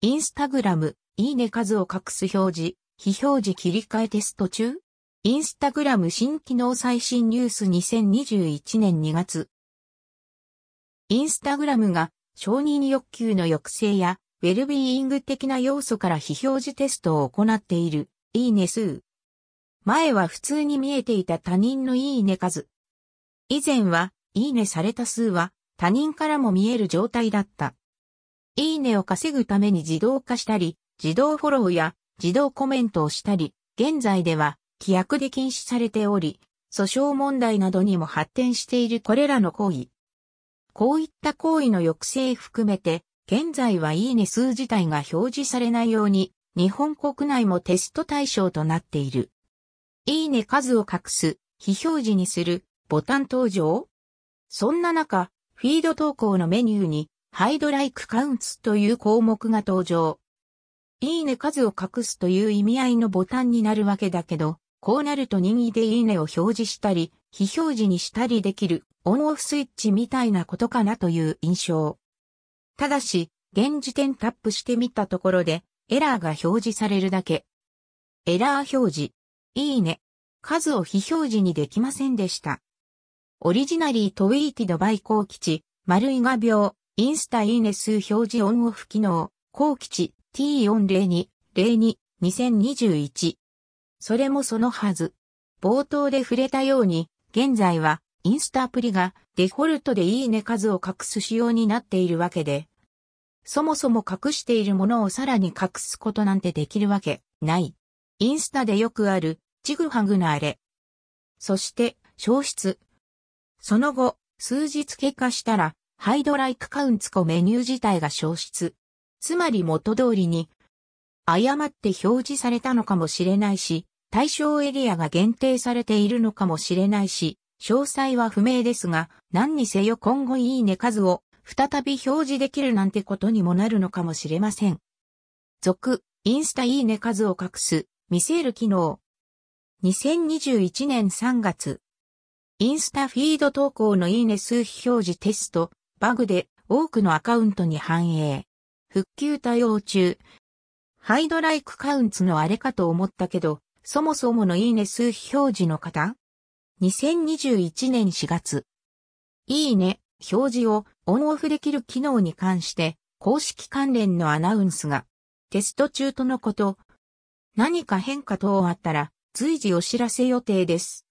インスタグラム、いいね数を隠す表示、非表示切り替えテスト中？インスタグラム新機能最新ニュース2021年2月。インスタグラムが承認欲求の抑制やウェルビーイング的な要素から非表示テストを行っている、いいね数。前は普通に見えていた他人のいいね数。以前は、いいねされた数は他人からも見える状態だった。いいねを稼ぐために自動化したり、自動フォローや自動コメントをしたり、現在では規約で禁止されており、訴訟問題などにも発展しているこれらの行為。こういった行為の抑制含めて、現在はいいね数自体が表示されないように、日本国内もテスト対象となっている。いいね数を隠す、非表示にする、ボタン登場？そんな中、フィード投稿のメニューに、Hide Like Counts という項目が登場。いいね数を隠すという意味合いのボタンになるわけだけど、こうなると任意でいいねを表示したり、非表示にしたりできるオンオフスイッチみたいなことかなという印象。ただし、現時点タップしてみたところで、エラーが表示されるだけ。エラー表示。いいね。数を非表示にできませんでした。オリジナリートウィーティドバイコウキチ、丸い画鋲、インスタいいね数表示オンオフ機能、コウキチ、T40202、2021。それもそのはず。冒頭で触れたように、現在は、インスタアプリがデフォルトでいいね数を隠す仕様になっているわけで、そもそも隠しているものをさらに隠すことなんてできるわけない。インスタでよくある、ちぐはぐなあれ。そして、消失。その後、数日経過したら、Hide Like Countsメニュー自体が消失。つまり元通りに、誤って表示されたのかもしれないし、対象エリアが限定されているのかもしれないし、詳細は不明ですが、何にせよ今後いいね数を再び表示できるなんてことにもなるのかもしれません。続、インスタいいね数を隠す、見せる機能。2021年3月。インスタフィード投稿のいいね数非表示テスト、バグで多くのアカウントに反映。復旧対応中。Hide Like Countsのあれかと思ったけど、そもそものいいね数非表示の方？ 2021 年4月。いいね、表示をオンオフできる機能に関して、公式関連のアナウンスが、テスト中とのこと。何か変化等あったら、随時お知らせ予定です。